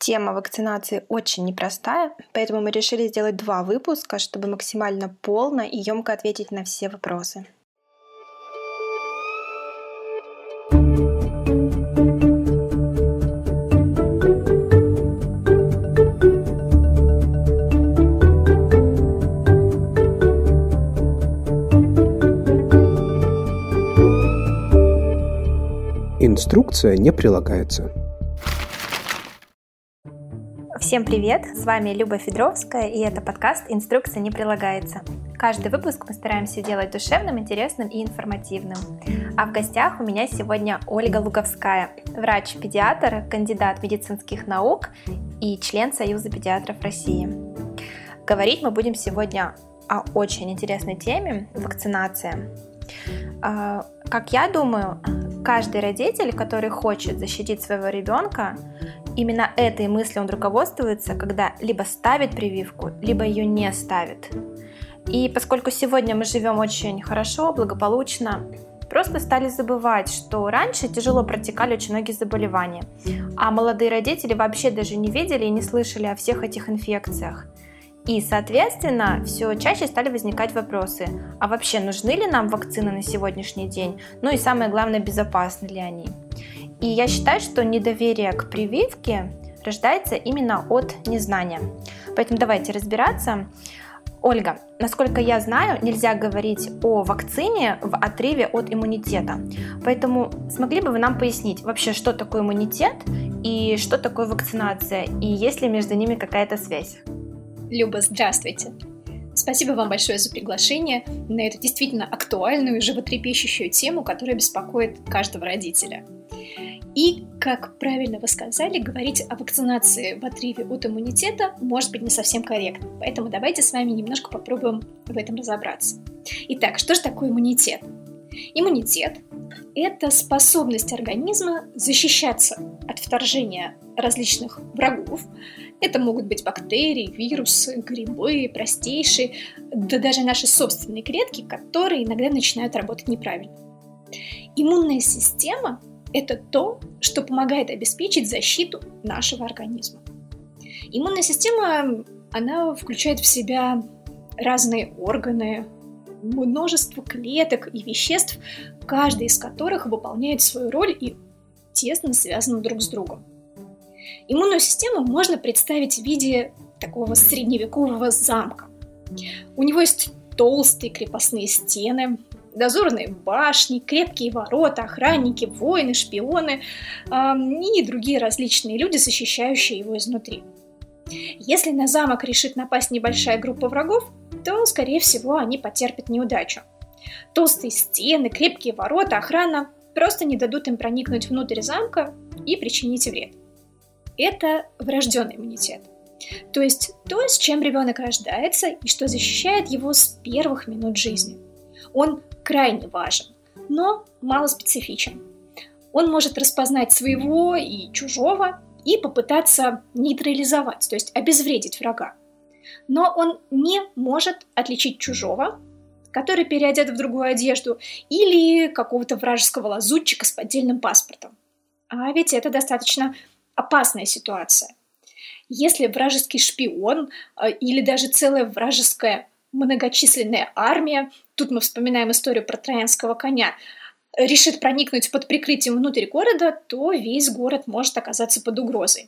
Тема вакцинации очень непростая, поэтому мы решили сделать 2 выпуска, чтобы максимально полно и ёмко ответить на все вопросы. Инструкция не прилагается. Всем привет! С вами Люба Федоровская, и это подкаст «Инструкция не прилагается». Каждый выпуск мы стараемся делать душевным, интересным и информативным. А в гостях у меня сегодня Ольга Луговская, врач-педиатр, кандидат медицинских наук и член Союза педиатров России. Говорить мы будем сегодня о очень интересной теме – вакцинация. Как я думаю, каждый родитель, который хочет защитить своего ребенка, именно этой мыслью он руководствуется, когда либо ставит прививку, либо ее не ставит. И поскольку сегодня мы живем очень хорошо, благополучно, просто стали забывать, что раньше тяжело протекали очень многие заболевания, а молодые родители вообще даже не видели и не слышали о всех этих инфекциях. И, соответственно, все чаще стали возникать вопросы, а вообще нужны ли нам вакцины на сегодняшний день? Ну и самое главное, безопасны ли они? И я считаю, что недоверие к прививке рождается именно от незнания. Поэтому давайте разбираться. Ольга, насколько я знаю, нельзя говорить о вакцине в отрыве от иммунитета. Поэтому смогли бы вы нам пояснить вообще, что такое иммунитет и что такое вакцинация, и есть ли между ними какая-то связь? Люба, здравствуйте! Спасибо вам большое за приглашение на эту действительно актуальную и животрепещущую тему, которая беспокоит каждого родителя. И, как правильно вы сказали, говорить о вакцинации в отрыве от иммунитета может быть не совсем корректно, поэтому давайте с вами немножко попробуем в этом разобраться. Итак, что же такое иммунитет? Иммунитет – это способность организма защищаться от вторжения различных врагов. Это могут быть бактерии, вирусы, грибы, простейшие, да даже наши собственные клетки, которые иногда начинают работать неправильно. Иммунная система – это то, что помогает обеспечить защиту нашего организма. Иммунная система, она включает в себя разные органы, множество клеток и веществ, каждый из которых выполняет свою роль и тесно связан друг с другом. Иммунную систему можно представить в виде такого средневекового замка. У него есть толстые крепостные стены, дозорные башни, крепкие ворота, охранники, воины, шпионы и другие различные люди, защищающие его изнутри. Если на замок решит напасть небольшая группа врагов, то, скорее всего, они потерпят неудачу. Толстые стены, крепкие ворота, охрана просто не дадут им проникнуть внутрь замка и причинить вред. Это врожденный иммунитет, то есть то, с чем ребенок рождается и что защищает его с первых минут жизни. Он крайне важен, но мало специфичен. Он может распознать своего и чужого и попытаться нейтрализовать, то есть обезвредить врага. Но он не может отличить чужого, который переодет в другую одежду, или какого-то вражеского лазутчика с поддельным паспортом. А ведь это достаточно опасная ситуация. Если вражеский шпион или даже целая вражеская многочисленная армия, тут мы вспоминаем историю про троянского коня, решит проникнуть под прикрытием внутрь города, то весь город может оказаться под угрозой.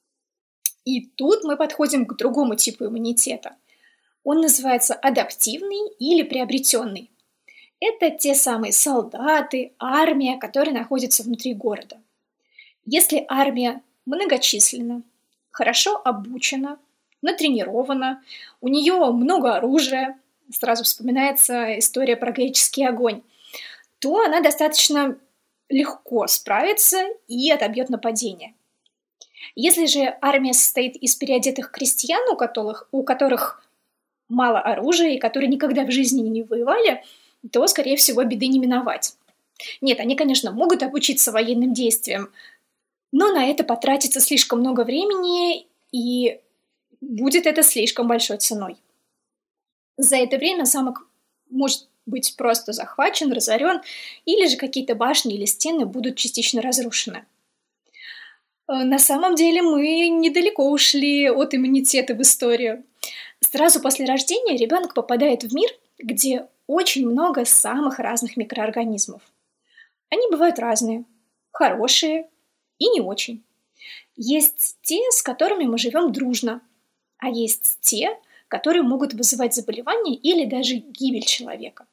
И тут мы подходим к другому типу иммунитета. Он называется адаптивный или приобретенный. Это те самые солдаты, армия, которые находятся внутри города. Если армия многочисленна, хорошо обучена, натренирована, у нее много оружия, сразу вспоминается история про греческий огонь, то она достаточно легко справится и отобьет нападение. Если же армия состоит из переодетых крестьян, у которых мало оружия и которые никогда в жизни не воевали, то, скорее всего, беды не миновать. Нет, они, конечно, могут обучиться военным действиям, но на это потратится слишком много времени, и будет это слишком большой ценой. За это время замок может быть просто захвачен, разорен, или же какие-то башни или стены будут частично разрушены. На самом деле мы недалеко ушли от иммунитета в историю. Сразу после рождения ребенок попадает в мир, где очень много самых разных микроорганизмов. Они бывают разные, хорошие и не очень. Есть те, с которыми мы живем дружно, а есть те, которые могут вызывать заболевания или даже гибель человека.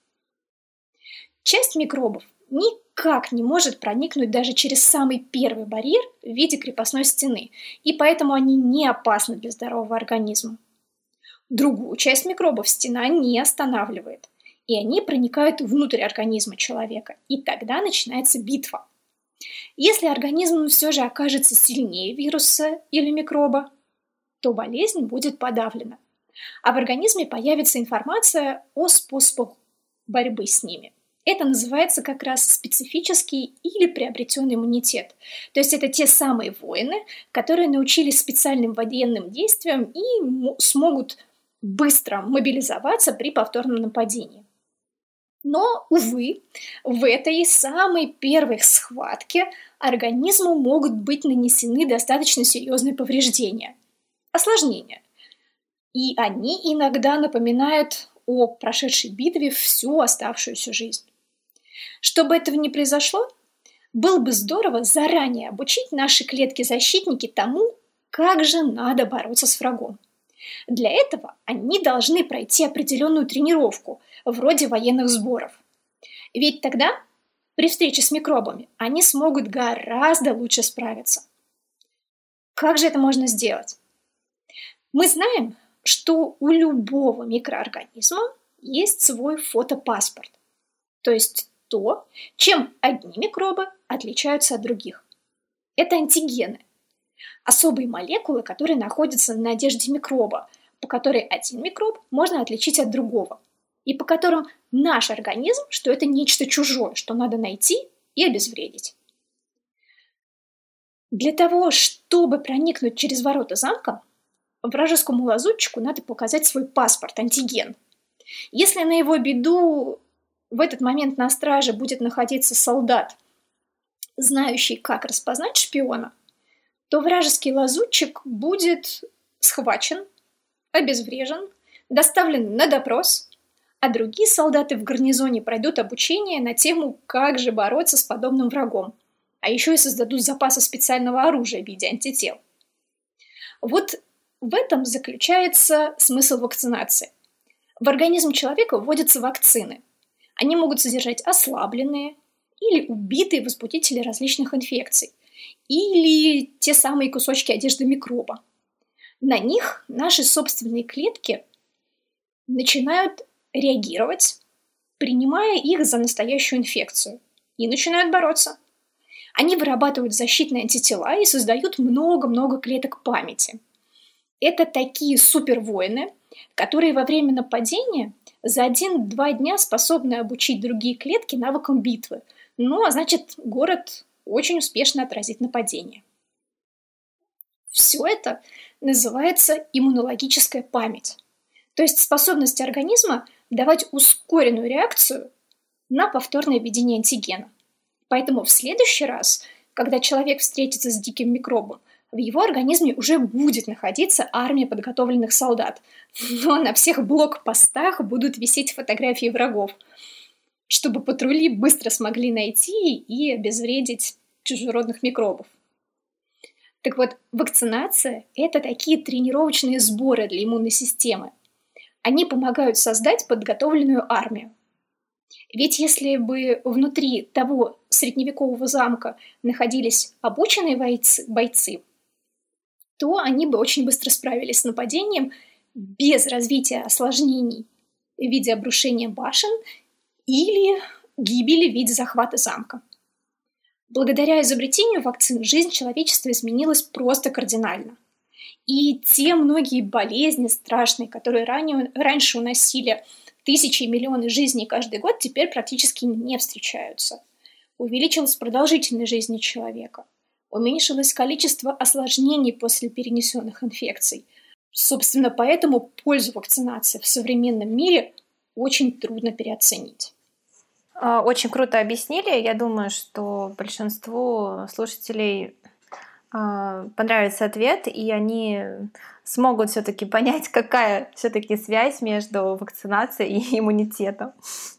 Часть микробов никак не может проникнуть даже через самый первый барьер в виде крепостной стены, и поэтому они не опасны для здорового организма. Другую часть микробов стена не останавливает, и они проникают внутрь организма человека, и тогда начинается битва. Если организм все же окажется сильнее вируса или микроба, то болезнь будет подавлена, а в организме появится информация о способах борьбы с ними. Это называется как раз специфический или приобретенный иммунитет. То есть это те самые воины, которые научились специальным военным действиям и смогут быстро мобилизоваться при повторном нападении. Но, увы, в этой самой первой схватке организму могут быть нанесены достаточно серьезные повреждения, осложнения. И они иногда напоминают о прошедшей битве всю оставшуюся жизнь. Чтобы этого не произошло, было бы здорово заранее обучить наши клетки-защитники тому, как же надо бороться с врагом. Для этого они должны пройти определенную тренировку, вроде военных сборов. Ведь тогда, при встрече с микробами, они смогут гораздо лучше справиться. Как же это можно сделать? Мы знаем, что у любого микроорганизма есть свой фотопаспорт, то есть то, чем одни микробы отличаются от других. Это антигены, особые молекулы, которые находятся на одежде микроба, по которой один микроб можно отличить от другого, и по которым наш организм, что это нечто чужое, что надо найти и обезвредить. Для того, чтобы проникнуть через ворота замка, вражескому лазутчику надо показать свой паспорт, антиген. Если на его беду в этот момент на страже будет находиться солдат, знающий, как распознать шпиона, то вражеский лазутчик будет схвачен, обезврежен, доставлен на допрос, а другие солдаты в гарнизоне пройдут обучение на тему, как же бороться с подобным врагом, а еще и создадут запасы специального оружия в виде антител. Вот в этом заключается смысл вакцинации. В организм человека вводятся вакцины. Они могут содержать ослабленные или убитые возбудители различных инфекций, или те самые кусочки одежды микроба. На них наши собственные клетки начинают реагировать, принимая их за настоящую инфекцию, и начинают бороться. Они вырабатывают защитные антитела и создают много-много клеток памяти. Это такие супервоины, которые во время нападения за 1-2 дня способны обучить другие клетки навыкам битвы. Ну, а значит, город очень успешно отразит нападение. Все это называется иммунологическая память. То есть способность организма давать ускоренную реакцию на повторное введение антигена. Поэтому в следующий раз, когда человек встретится с диким микробом, в его организме уже будет находиться армия подготовленных солдат. Но на всех блокпостах будут висеть фотографии врагов, чтобы патрули быстро смогли найти и обезвредить чужеродных микробов. Так вот, вакцинация – это такие тренировочные сборы для иммунной системы. Они помогают создать подготовленную армию. Ведь если бы внутри того средневекового замка находились обученные бойцы, то они бы очень быстро справились с нападением без развития осложнений в виде обрушения башен или гибели в виде захвата замка. Благодаря изобретению вакцин жизнь человечества изменилась просто кардинально. И те многие болезни страшные, которые раньше уносили тысячи и миллионы жизней каждый год, теперь практически не встречаются. Увеличилась продолжительность жизни человека. Уменьшилось количество осложнений после перенесенных инфекций. Собственно, поэтому пользу вакцинации в современном мире очень трудно переоценить. Очень круто объяснили. Я думаю, что большинству слушателей понравится ответ, и они смогут все-таки понять, какая все-таки связь между вакцинацией и иммунитетом.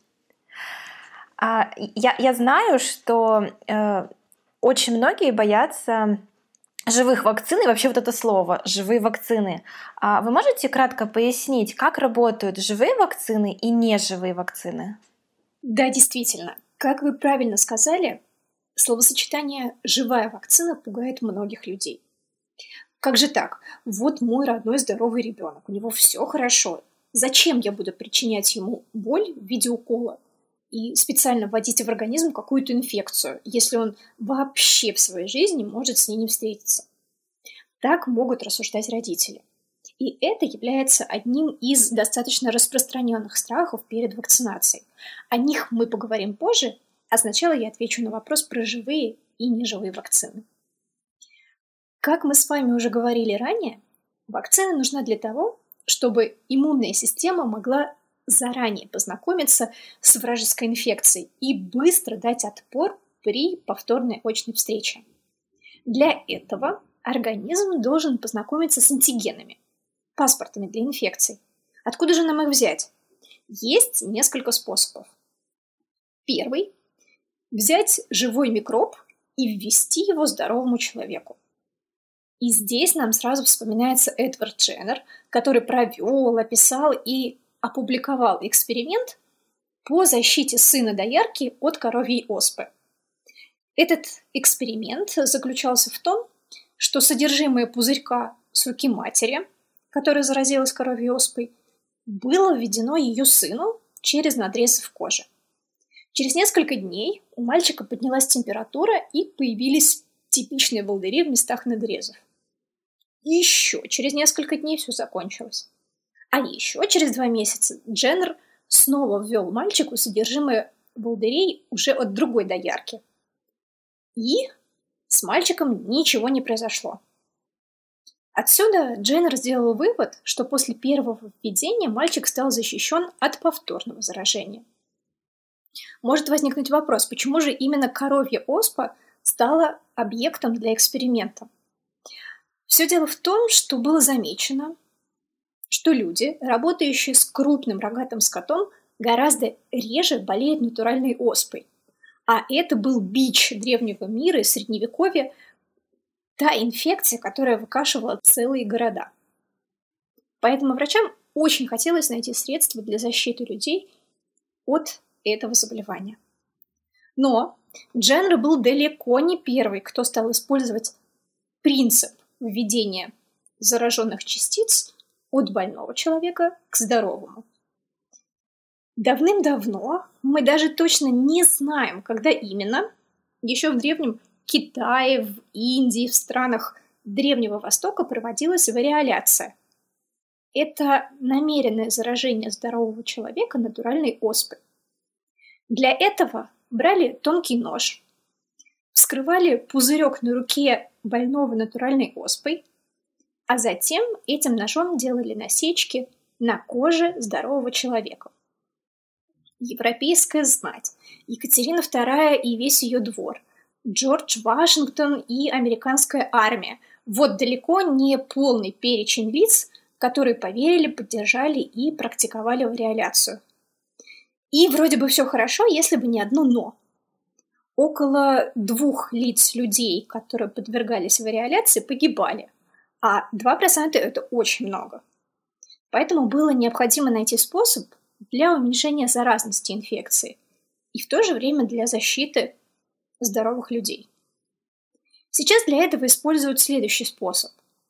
Я знаю, что очень многие боятся живых вакцин, и вообще вот это слово «живые вакцины». Вы можете кратко пояснить, как работают живые вакцины и неживые вакцины? Да, действительно. Как вы правильно сказали, словосочетание «живая вакцина» пугает многих людей. Как же так? Вот мой родной здоровый ребенок, у него все хорошо. Зачем я буду причинять ему боль в виде укола и специально вводить в организм какую-то инфекцию, если он вообще в своей жизни может с ней не встретиться? Так могут рассуждать родители. И это является одним из достаточно распространенных страхов перед вакцинацией. О них мы поговорим позже, а сначала я отвечу на вопрос про живые и неживые вакцины. Как мы с вами уже говорили ранее, вакцина нужна для того, чтобы иммунная система могла заранее познакомиться с вражеской инфекцией и быстро дать отпор при повторной очной встрече. Для этого организм должен познакомиться с антигенами, паспортами для инфекций. Откуда же нам их взять? Есть несколько способов. Первый – взять живой микроб и ввести его здоровому человеку. И здесь нам сразу вспоминается Эдвард Дженнер, который провел, описал и опубликовал эксперимент по защите сына доярки от коровьей оспы. Этот эксперимент заключался в том, что содержимое пузырька с руки матери, которая заразилась коровьей оспой, было введено ее сыну через надрезы в коже. Через несколько дней у мальчика поднялась температура и появились типичные волдыри в местах надрезов. И еще через несколько дней все закончилось. А еще через 2 месяца Дженнер снова ввел мальчику содержимое волдырей уже от другой доярки. И с мальчиком ничего не произошло. Отсюда Дженнер сделал вывод, что после первого введения мальчик стал защищен от повторного заражения. Может возникнуть вопрос, почему же именно коровья оспа стала объектом для эксперимента? Все дело в том, что было замечено, что люди, работающие с крупным рогатым скотом, гораздо реже болеют натуральной оспой. А это был бич древнего мира и средневековья, та инфекция, которая выкашивала целые города. Поэтому врачам очень хотелось найти средства для защиты людей от этого заболевания. Но Дженнер был далеко не первый, кто стал использовать принцип введения зараженных частиц от больного человека к здоровому. Давным-давно, мы даже точно не знаем, когда именно, еще в древнем Китае, в Индии, в странах Древнего Востока проводилась вариоляция. Это намеренное заражение здорового человека натуральной оспой. Для этого брали тонкий нож, вскрывали пузырек на руке больного натуральной оспой, а затем этим ножом делали насечки на коже здорового человека. Европейская знать, Екатерина II и весь ее двор, Джордж Вашингтон и американская армия. Вот далеко не полный перечень лиц, которые поверили, поддержали и практиковали вариоляцию. И вроде бы все хорошо, если бы не одно «но». Около 2 лиц людей, которые подвергались вариоляции, погибали, а 2% – это очень много. Поэтому было необходимо найти способ для уменьшения заразности инфекции и в то же время для защиты здоровых людей. Сейчас для этого используют следующий способ.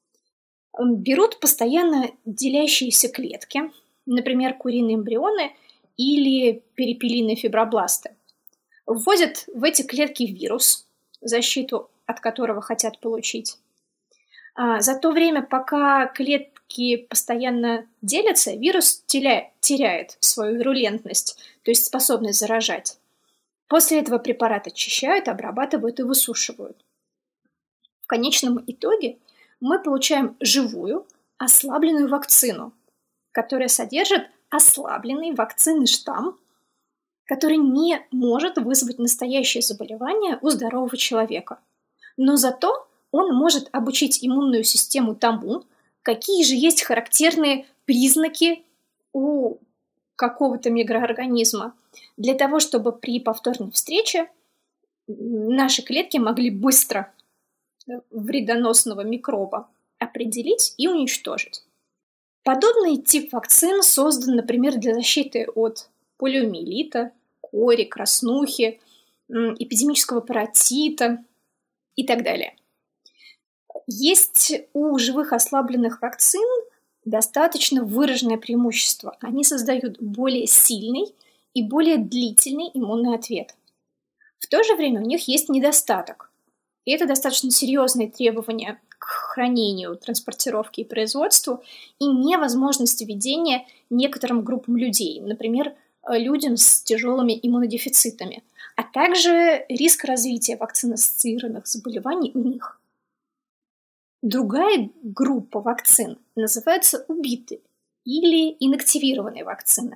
Берут постоянно делящиеся клетки, например, куриные эмбрионы или перипелийные фибробласты, вводят в эти клетки вирус, защиту от которого хотят получить. За то время, пока клетки постоянно делятся, вирус теряет свою вирулентность, то есть способность заражать. После этого препарат очищают, обрабатывают и высушивают. В конечном итоге мы получаем живую, ослабленную вакцину, которая содержит ослабленный вакцинный штамм, который не может вызвать настоящее заболевание у здорового человека, но зато он может обучить иммунную систему тому, какие же есть характерные признаки у какого-то микроорганизма, для того, чтобы при повторной встрече наши клетки могли быстро вредоносного микроба определить и уничтожить. Подобный тип вакцин создан, например, для защиты от полиомиелита, кори, краснухи, эпидемического паротита и так далее. Есть у живых ослабленных вакцин достаточно выраженное преимущество. Они создают более сильный и более длительный иммунный ответ. В то же время у них есть недостаток. И это достаточно серьезные требования к хранению, транспортировке и производству и невозможность введения некоторым группам людей, например, людям с тяжелыми иммунодефицитами, а также риск развития вакцинно-ассоциированных заболеваний у них. Другая группа вакцин называется убитые или инактивированные вакцины.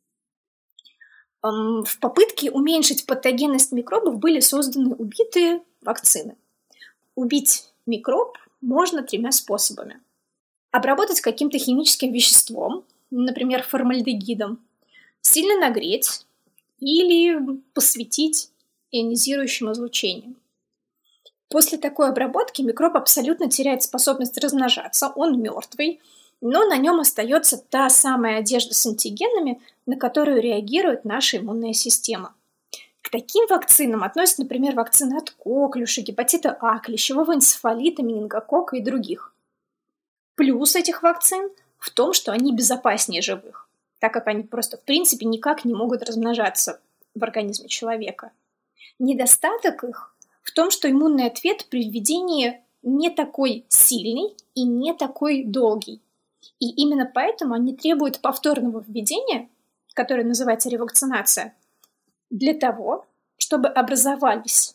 В попытке уменьшить патогенность микробов были созданы убитые вакцины. Убить микроб можно 3 способами. Обработать каким-то химическим веществом, например, формальдегидом, сильно нагреть или посветить ионизирующим излучением. После такой обработки микроб абсолютно теряет способность размножаться, он мертвый, но на нем остается та самая одежда с антигенами, на которую реагирует наша иммунная система. К таким вакцинам относятся, например, вакцины от коклюша, гепатита А, клещевого энцефалита, менингококка и других. Плюс этих вакцин в том, что они безопаснее живых, так как они просто в принципе никак не могут размножаться в организме человека. Недостаток их в том, что иммунный ответ при введении не такой сильный и не такой долгий. И именно поэтому они требуют повторного введения, которое называется ревакцинация, для того, чтобы образовалось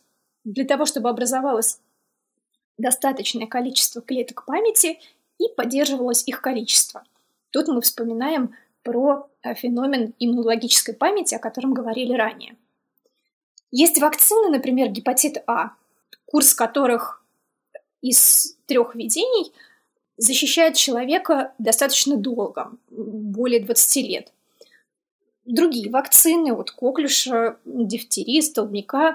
достаточное количество клеток памяти и поддерживалось их количество. Тут мы вспоминаем про феномен иммунологической памяти, о котором говорили ранее. Есть вакцины, например, гепатит А, курс которых из 3 введений защищает человека достаточно долго, более 20 лет. Другие вакцины от коклюша, дифтерии, столбняка,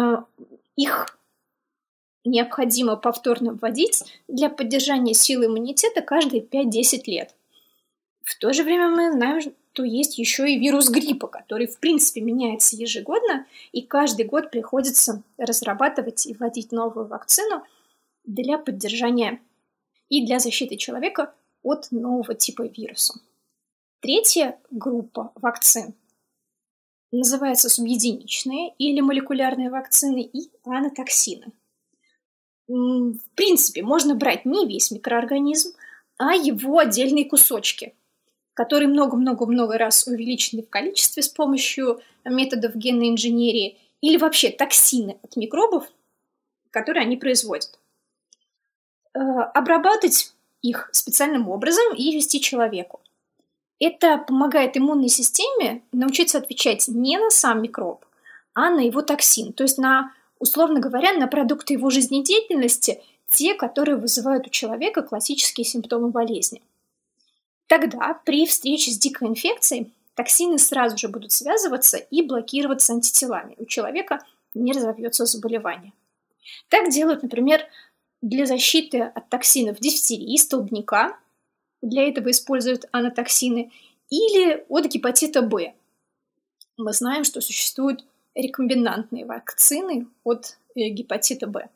их необходимо повторно вводить для поддержания силы иммунитета каждые 5-10 лет. В то же время мы знаем, что есть еще и вирус гриппа, который в принципе меняется ежегодно, и каждый год приходится разрабатывать и вводить новую вакцину для поддержания и для защиты человека от нового типа вируса. 3 группа вакцин называется субъединичные или молекулярные вакцины и анатоксины. В принципе, можно брать не весь микроорганизм, а его отдельные кусочки, которые много-много-много раз увеличены в количестве с помощью методов генной инженерии, или вообще токсины от микробов, которые они производят. Обрабатывать их специальным образом и ввести человеку. Это помогает иммунной системе научиться отвечать не на сам микроб, а на его токсин, то есть на, условно говоря, на продукты его жизнедеятельности, те, которые вызывают у человека классические симптомы болезни. Тогда при встрече с дикой инфекцией токсины сразу же будут связываться и блокироваться антителами. У человека не разовьется заболевание. Так делают, например, для защиты от токсинов дифтерии, столбняка, для этого используют анатоксины, или от гепатита Б. Мы знаем, что существуют рекомбинантные вакцины от гепатита Б.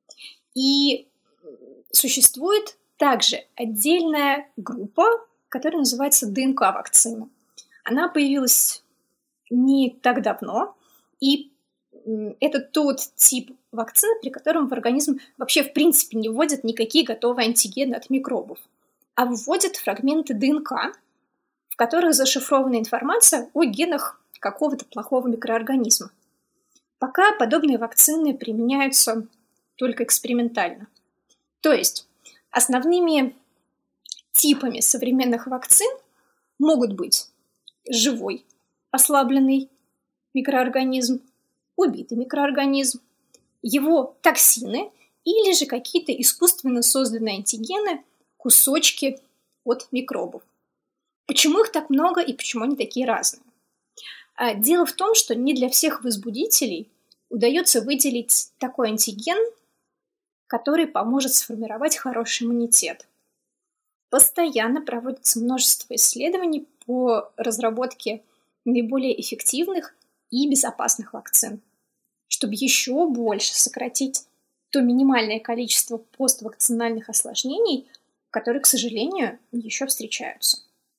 И существует также отдельная группа, которая называется ДНК-вакцина. Она появилась не так давно, и это тот тип вакцины, при котором в организм вообще в принципе не вводят никакие готовые антигены от микробов, а вводят фрагменты ДНК, в которых зашифрована информация о генах какого-то плохого микроорганизма. Пока подобные вакцины применяются только экспериментально. То есть основными типами современных вакцин могут быть живой, ослабленный микроорганизм, убитый микроорганизм, его токсины или же какие-то искусственно созданные антигены, кусочки от микробов. Почему их так много и почему они такие разные? Дело в том, что не для всех возбудителей удается выделить такой антиген, который поможет сформировать хороший иммунитет. Постоянно проводится множество исследований по разработке наиболее эффективных и безопасных вакцин, чтобы еще больше сократить то минимальное количество поствакцинальных осложнений, которые, к сожалению, еще встречаются.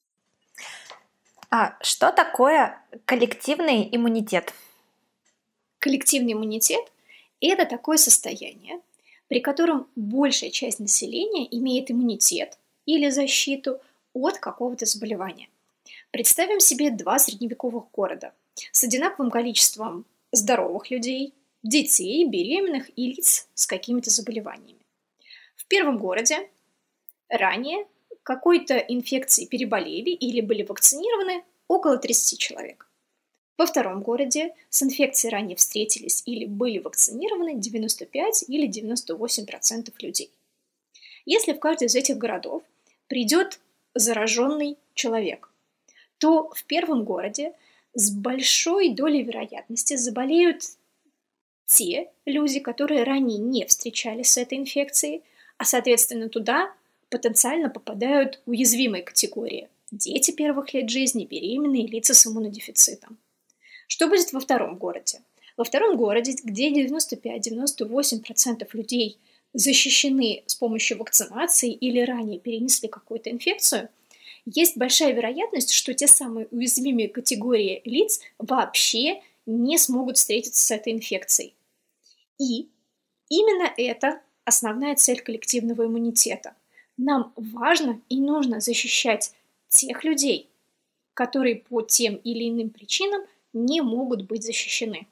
А что такое коллективный иммунитет? Коллективный иммунитет – это такое состояние, при котором большая часть населения имеет иммунитет или защиту от какого-то заболевания. Представим себе два средневековых города с одинаковым количеством здоровых людей, детей, беременных и лиц с какими-то заболеваниями. В первом городе ранее какой-то инфекцией переболели или были вакцинированы около 30 человек. Во втором городе с инфекцией ранее встретились или были вакцинированы 95 или 98% людей. Если в каждый из этих городов придет зараженный человек, то в первом городе с большой долей вероятности заболеют те люди, которые ранее не встречались с этой инфекцией, а, соответственно, туда потенциально попадают уязвимые категории – дети первых лет жизни, беременные, лица с иммунодефицитом. Что будет во втором городе? Во втором городе, где 95-98% людей защищены с помощью вакцинации или ранее перенесли какую-то инфекцию, есть большая вероятность, что те самые уязвимые категории лиц вообще не смогут встретиться с этой инфекцией. И именно это основная цель коллективного иммунитета. Нам важно и нужно защищать тех людей, которые по тем или иным причинам не могут быть защищены.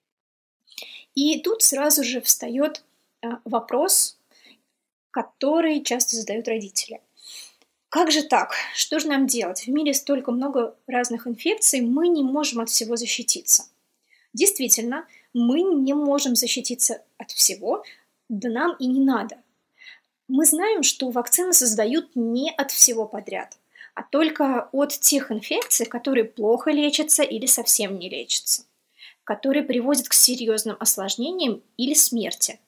И тут сразу же встает вопрос, который часто задают родители. Как же так? Что же нам делать? В мире столько много разных инфекций, мы не можем от всего защититься. Действительно, мы не можем защититься от всего, да нам и не надо. Мы знаем, что вакцины создают не от всего подряд, а только от тех инфекций, которые плохо лечатся или совсем не лечатся, которые приводят к серьезным осложнениям или смерти,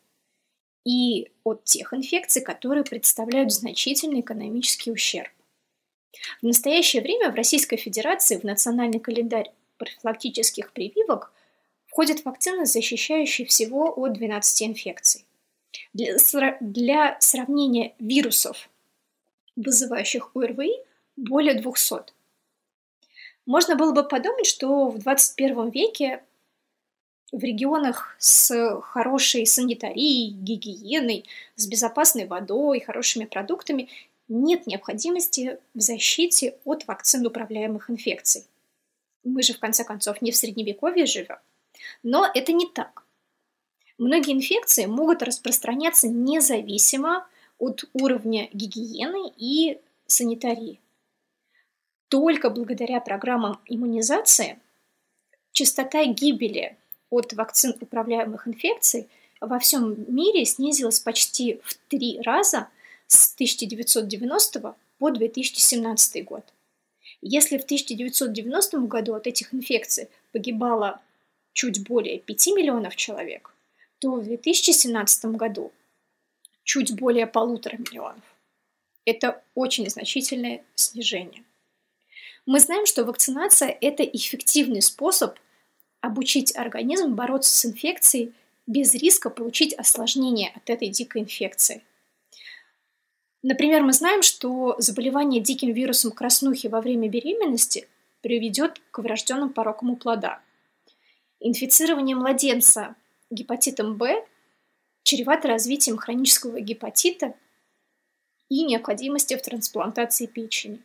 и от тех инфекций, которые представляют значительный экономический ущерб. В настоящее время в Российской Федерации в национальный календарь профилактических прививок входят вакцины, защищающие всего от 12 инфекций. Для сравнения вирусов, вызывающих ОРВИ, более 200. Можно было бы подумать, что в 21 веке в регионах с хорошей санитарией, гигиеной, с безопасной водой, хорошими продуктами нет необходимости в защите от вакцинно-управляемых инфекций. Мы же, в конце концов, не в Средневековье живем. Но это не так. Многие инфекции могут распространяться независимо от уровня гигиены и санитарии. Только благодаря программам иммунизации частота гибели от вакцин управляемых инфекций во всем мире снизилась почти в 3 раза с 1990 по 2017 год. Если в 1990 году от этих инфекций погибало чуть более 5 миллионов человек, то в 2017 году чуть более 1,5 миллиона. Это очень значительное снижение. Мы знаем, что вакцинация – это эффективный способ обучить организм бороться с инфекцией без риска получить осложнения от этой дикой инфекции. Например, мы знаем, что заболевание диким вирусом краснухи во время беременности приведет к врожденным порокам у плода. Инфицирование младенца гепатитом В чревато развитием хронического гепатита и необходимостью в трансплантации печени.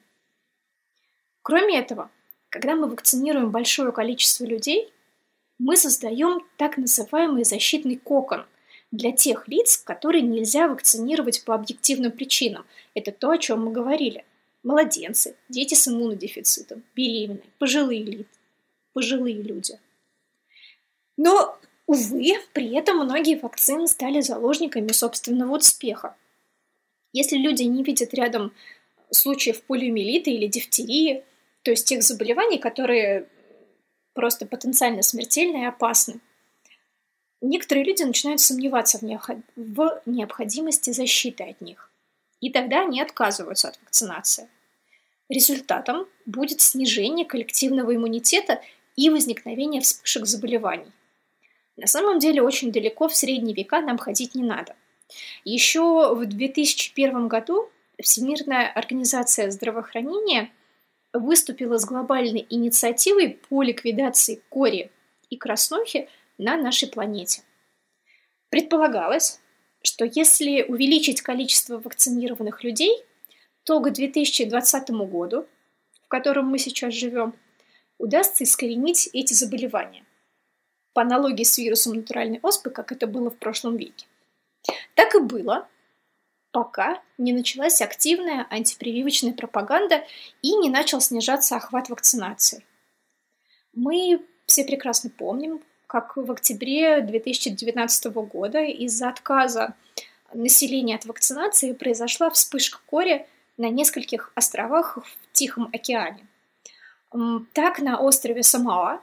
Кроме этого, когда мы вакцинируем большое количество людей, мы создаем так называемый защитный кокон для тех лиц, которые нельзя вакцинировать по объективным причинам. Это то, о чем мы говорили. Младенцы, дети с иммунодефицитом, беременные, пожилые люди. Но Увы, при этом многие вакцины стали заложниками собственного успеха. Если люди не видят рядом случаев полиомиелита или дифтерии, то есть тех заболеваний, которые просто потенциально смертельны и опасны, некоторые люди начинают сомневаться в необходимости защиты от них. И тогда они отказываются от вакцинации. Результатом будет снижение коллективного иммунитета и возникновение вспышек заболеваний. На самом деле очень далеко в средние века нам ходить не надо. Еще в 2001 году Всемирная организация здравоохранения выступила с глобальной инициативой по ликвидации кори и краснухи на нашей планете. Предполагалось, что если увеличить количество вакцинированных людей, то к 2020 году, в котором мы сейчас живем, удастся искоренить эти заболевания. По аналогии с вирусом натуральной оспы, как это было в прошлом веке. Так и было, пока не началась активная антипрививочная пропаганда и не начал снижаться охват вакцинации. Мы все прекрасно помним, как в октябре 2019 года из-за отказа населения от вакцинации произошла вспышка кори на нескольких островах в Тихом океане. Так на острове Самоа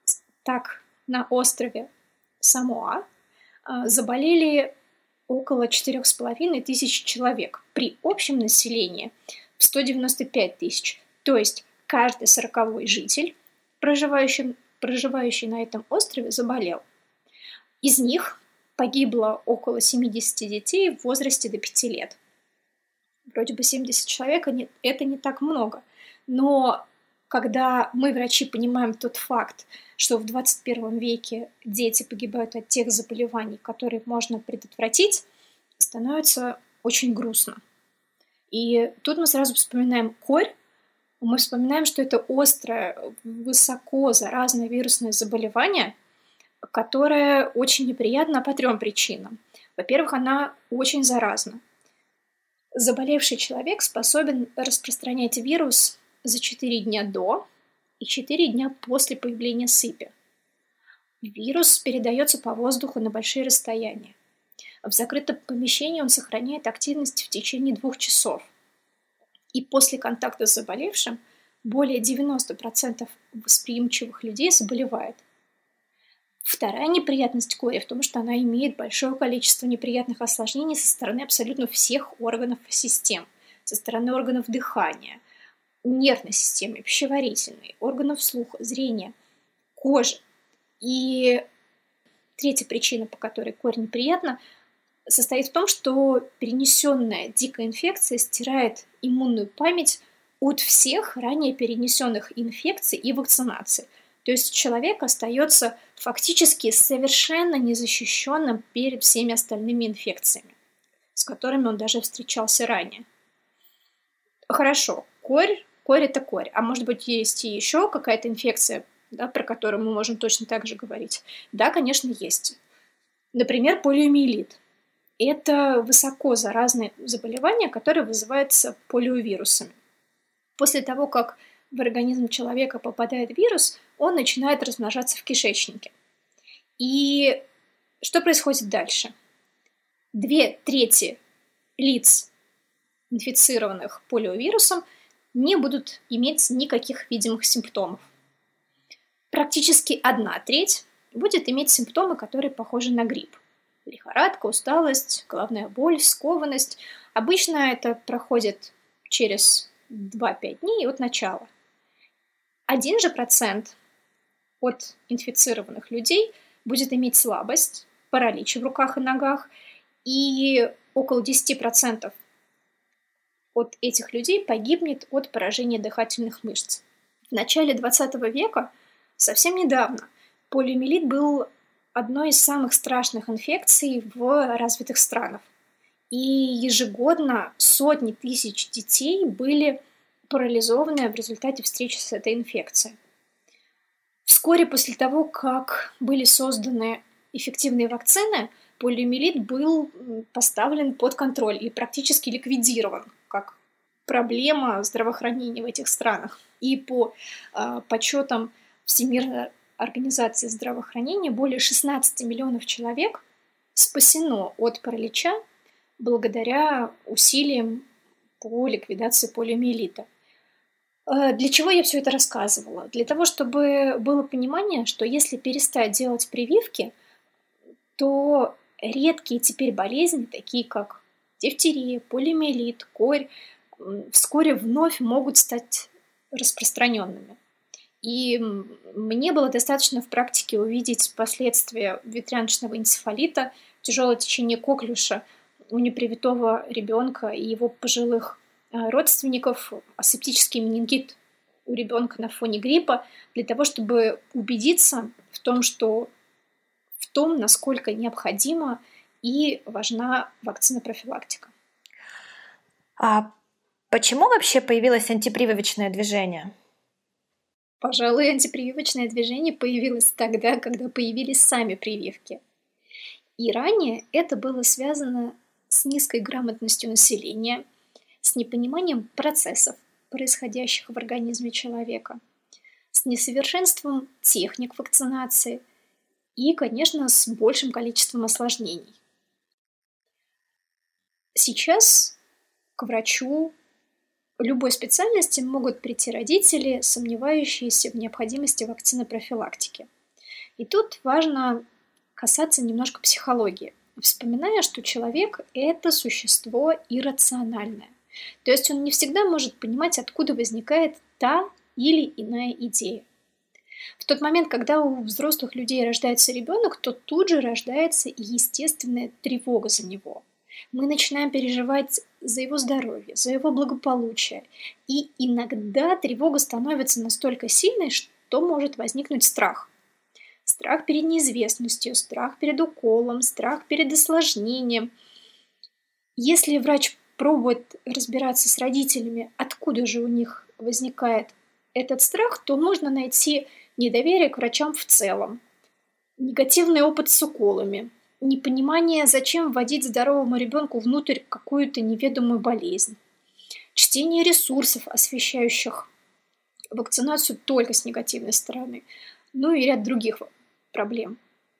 заболели около 4,5 тысяч человек при общем населении в 195 тысяч. То есть каждый 40-й житель, проживающий на этом острове, заболел. Из них погибло около 70 детей в возрасте до 5 лет. Вроде бы 70 человек – это не так много, но когда мы, врачи, понимаем тот факт, что в 21 веке дети погибают от тех заболеваний, которые можно предотвратить, становится очень грустно. И тут мы сразу вспоминаем корь, мы вспоминаем, что это острое, высоко заразное вирусное заболевание, которое очень неприятно по 3 причинам. Во-первых, она очень заразна. Заболевший человек способен распространять вирус за 4 дня до и 4 дня после появления сыпи. Вирус передается по воздуху на большие расстояния. В закрытом помещении он сохраняет активность в течение 2 часов. И после контакта с заболевшим более 90% восприимчивых людей заболевает. Вторая неприятность кори в том, что она имеет большое количество неприятных осложнений со стороны абсолютно всех органов и систем. Со стороны органов дыхания, нервной системы, пищеварительной, органов слуха, зрения, кожи. И третья причина, по которой корь неприятна, состоит в том, что перенесенная дикая инфекция стирает иммунную память от всех ранее перенесенных инфекций и вакцинаций. То есть человек остается фактически совершенно незащищенным перед всеми остальными инфекциями, с которыми он даже встречался ранее. Хорошо, корь это корь. А может быть, есть и еще какая-то инфекция, да, про которую мы можем точно так же говорить? Да, конечно, есть. Например, полиомиелит. Это высоко заразное заболевание, которое вызывается полиовирусами. После того, как в организм человека попадает вирус, он начинает размножаться в кишечнике. И что происходит дальше? 2/3 лиц, инфицированных полиовирусом, не будут иметь никаких видимых симптомов. Практически 1/3 будет иметь симптомы, которые похожи на грипп. Лихорадка, усталость, головная боль, скованность. Обычно это проходит через 2-5 дней от начала. 1% от инфицированных людей будет иметь слабость, паралич в руках и ногах, и около 10% от этих людей погибнет от поражения дыхательных мышц. В начале 20 века, совсем недавно, полиомиелит был одной из самых страшных инфекций в развитых странах. И ежегодно сотни тысяч детей были парализованы в результате встречи с этой инфекцией. Вскоре после того, как были созданы эффективные вакцины, полиомиелит был поставлен под контроль и практически ликвидирован как проблема здравоохранения в этих странах. И по подсчетам Всемирной Организации здравоохранения более 16 миллионов человек спасено от паралича благодаря усилиям по ликвидации полиомиелита. Для чего я все это рассказывала? Для того, чтобы было понимание, что если перестать делать прививки, то редкие теперь болезни, такие как дифтерия, полиомиелит, корь, вскоре вновь могут стать распространенными. И мне было достаточно в практике увидеть последствия ветряночного энцефалита, тяжелое течение коклюша у непривитого ребенка и его пожилых родственников, асептический менингит у ребенка на фоне гриппа, для того, чтобы убедиться в том, насколько необходима и важна вакцина-профилактика. А почему вообще появилось антипрививочное движение? Пожалуй, антипрививочное движение появилось тогда, когда появились сами прививки. И ранее это было связано с низкой грамотностью населения, с непониманием процессов, происходящих в организме человека, с несовершенством техник вакцинации и, конечно, с большим количеством осложнений. Сейчас к врачу любой специальности могут прийти родители, сомневающиеся в необходимости вакцины-профилактики. И тут важно касаться немножко психологии, вспоминая, что человек – это существо иррациональное. То есть он не всегда может понимать, откуда возникает та или иная идея. В тот момент, когда у взрослых людей рождается ребенок, то тут же рождается и естественная тревога за него. Мы начинаем переживать за его здоровье, за его благополучие. И иногда тревога становится настолько сильной, что может возникнуть страх. Страх перед неизвестностью, страх перед уколом, страх перед осложнением. Если врач пробует разбираться с родителями, откуда же у них возникает этот страх, то можно найти недоверие к врачам в целом, негативный опыт с уколами, непонимание, зачем вводить здоровому ребенку внутрь какую-то неведомую болезнь, чтение ресурсов, освещающих вакцинацию только с негативной стороны, ну и ряд других проблем.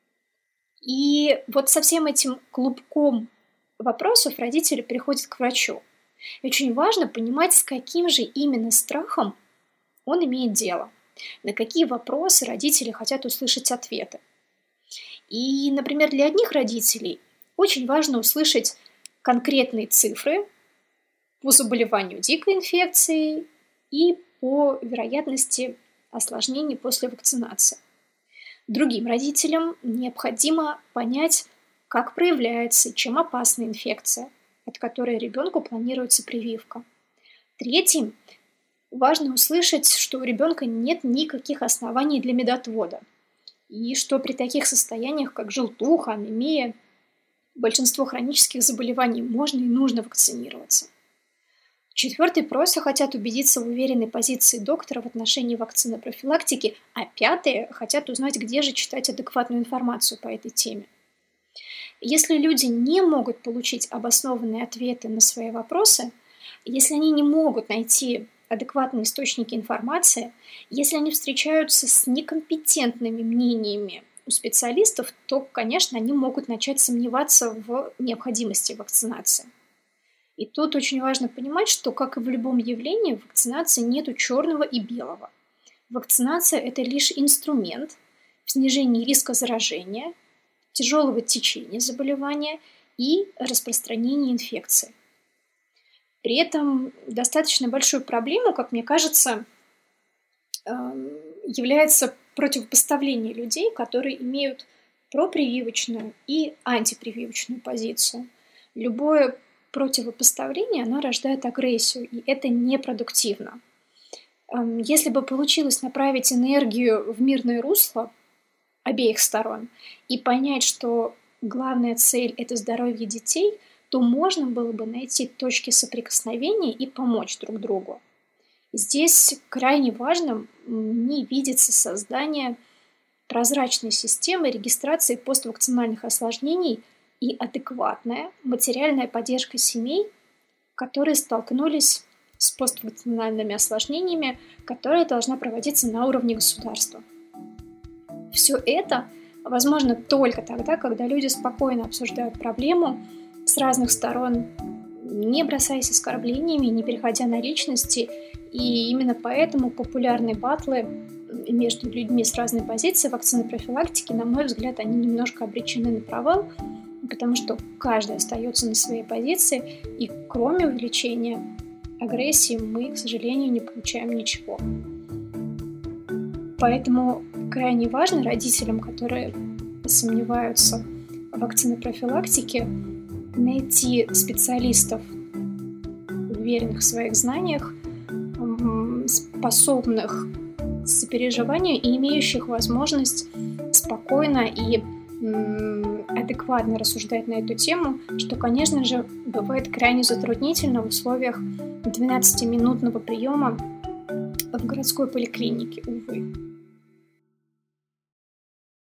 И вот со всем этим клубком вопросов родители приходят к врачу. И очень важно понимать, с каким же именно страхом он имеет дело, на какие вопросы родители хотят услышать ответы. И, например, для одних родителей очень важно услышать конкретные цифры по заболеванию дикой инфекцией и по вероятности осложнений после вакцинации. Другим родителям необходимо понять, как проявляется и чем опасна инфекция, от которой ребенку планируется прививка. Третьим важно услышать, что у ребенка нет никаких оснований для медотвода, и что при таких состояниях, как желтуха, анемия, большинство хронических заболеваний можно и нужно вакцинироваться. Четвертый просто хотят убедиться в уверенной позиции доктора в отношении вакцины профилактики, а пятые хотят узнать, где же читать адекватную информацию по этой теме. Если люди не могут получить обоснованные ответы на свои вопросы, если они не могут найти адекватные источники информации, если они встречаются с некомпетентными мнениями у специалистов, то, конечно, они могут начать сомневаться в необходимости вакцинации. И тут очень важно понимать, что, как и в любом явлении, в вакцинации нету черного и белого. Вакцинация – это лишь инструмент в снижении риска заражения, тяжелого течения заболевания и распространения инфекции. При этом достаточно большой проблемой, как мне кажется, является противопоставление людей, которые имеют пропрививочную и антипрививочную позицию. Любое противопоставление, оно рождает агрессию, и это непродуктивно. Если бы получилось направить энергию в мирное русло обеих сторон и понять, что главная цель – это здоровье детей, то можно было бы найти точки соприкосновения и помочь друг другу. Здесь крайне важно мне видится создание прозрачной системы регистрации поствакцинальных осложнений и адекватная материальная поддержка семей, которые столкнулись с поствакцинальными осложнениями, которая должна проводиться на уровне государства. Все это возможно только тогда, когда люди спокойно обсуждают проблему с разных сторон, не бросаясь оскорблениями, не переходя на личности. И именно поэтому популярные баттлы между людьми с разной позицией вакцины профилактики, на мой взгляд, они немножко обречены на провал, потому что каждый остается на своей позиции, и кроме увеличения агрессии мы, к сожалению, не получаем ничего. Поэтому крайне важно родителям, которые сомневаются в вакцине профилактики, найти специалистов, уверенных в своих знаниях, способных к сопереживанию и имеющих возможность спокойно и адекватно рассуждать на эту тему, что, конечно же, бывает крайне затруднительно в условиях 12-минутного приема в городской поликлинике, увы.